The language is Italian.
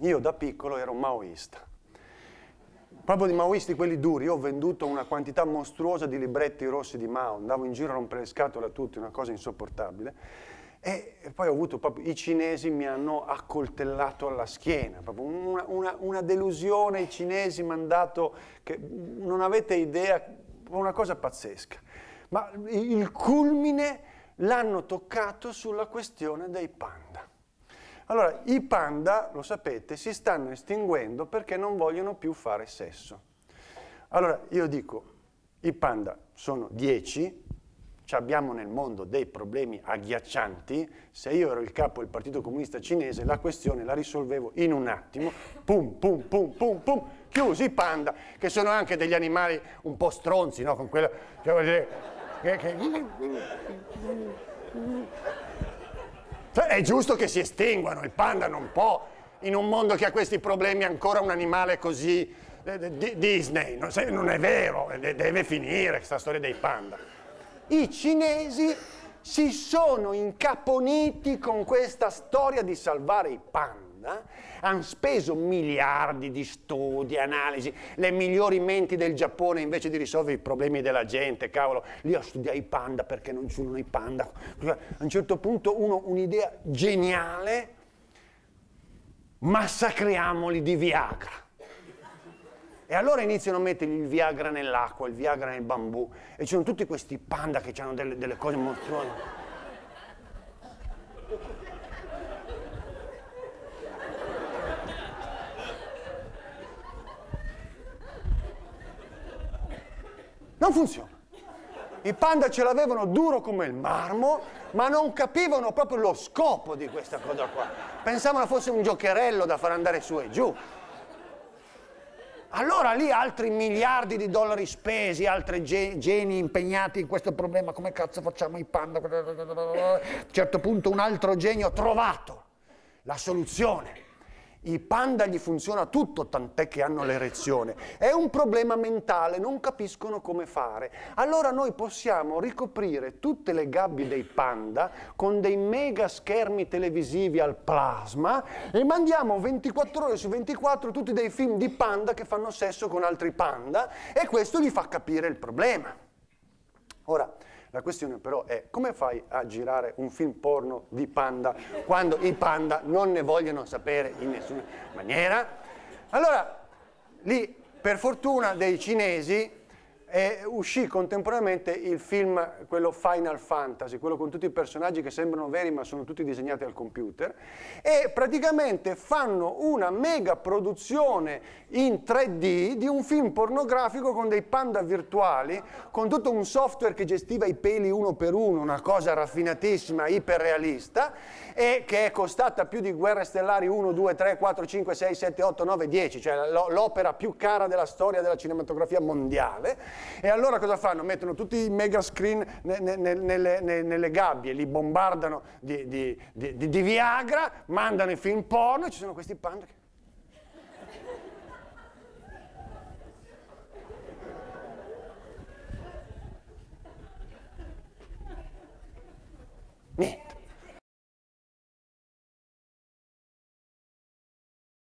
Io da piccolo ero maoista. Proprio di maoisti, quelli duri. Io ho venduto una quantità mostruosa di libretti rossi di Mao, andavo in giro a rompere le scatole a tutti, una cosa insopportabile. E poi ho avuto proprio, i cinesi mi hanno accoltellato alla schiena, proprio una delusione, i cinesi mi hanno dato, che non avete idea, una cosa pazzesca. Ma il culmine l'hanno toccato sulla questione dei panda. Allora, i panda, lo sapete, si stanno estinguendo perché non vogliono più fare sesso. Allora, io dico, i panda sono 10, abbiamo nel mondo dei problemi agghiaccianti. Se io ero il capo del Partito Comunista Cinese, la questione la risolvevo in un attimo, pum, pum, pum, pum, pum, chiusi i panda, che sono anche degli animali un po' stronzi, no? Con quella, cioè, vuol dire, è giusto che si estinguano, il panda non può, in un mondo che ha questi problemi, ancora un animale così Disney, non è vero, deve finire questa storia dei panda. I cinesi si sono incaponiti con questa storia di salvare i panda, hanno speso miliardi di studi, analisi, le migliori menti del Giappone, invece di risolvere i problemi della gente, cavolo, lì a studiare i panda perché non ci sono i panda. A un certo punto un'idea geniale, massacriamoli di Viagra. E allora iniziano a mettergli il Viagra nell'acqua, il Viagra nel bambù, e ci sono tutti questi panda che hanno delle cose mostruose. Non funziona. I panda ce l'avevano duro come il marmo, ma non capivano proprio lo scopo di questa cosa qua. Pensavano fosse un giocherello da far andare su e giù. Allora lì altri miliardi di dollari spesi, altri geni impegnati in questo problema, come cazzo facciamo i panda? A un certo punto un altro genio ha trovato la soluzione. I panda gli funziona tutto, tant'è che hanno l'erezione. È un problema mentale, non capiscono come fare. Allora noi possiamo ricoprire tutte le gabbie dei panda con dei mega schermi televisivi al plasma e mandiamo 24 ore su 24 tutti dei film di panda che fanno sesso con altri panda, e questo gli fa capire il problema. Ora, la questione però è: come fai a girare un film porno di panda quando i panda non ne vogliono sapere in nessuna maniera? Allora, lì, per fortuna dei cinesi, uscì contemporaneamente il film, quello Final Fantasy, quello con tutti i personaggi che sembrano veri ma sono tutti disegnati al computer, e praticamente fanno una mega produzione in 3D di un film pornografico con dei panda virtuali, con tutto un software che gestiva i peli uno per uno, una cosa raffinatissima, iperrealista, e che è costata più di Guerre Stellari 1, 2, 3, 4, 5, 6, 7, 8, 9, 10, cioè l'opera più cara della storia della cinematografia mondiale. E allora cosa fanno? Mettono tutti i mega screen nelle gabbie, li bombardano di Viagra, mandano i film porno, e ci sono questi panda che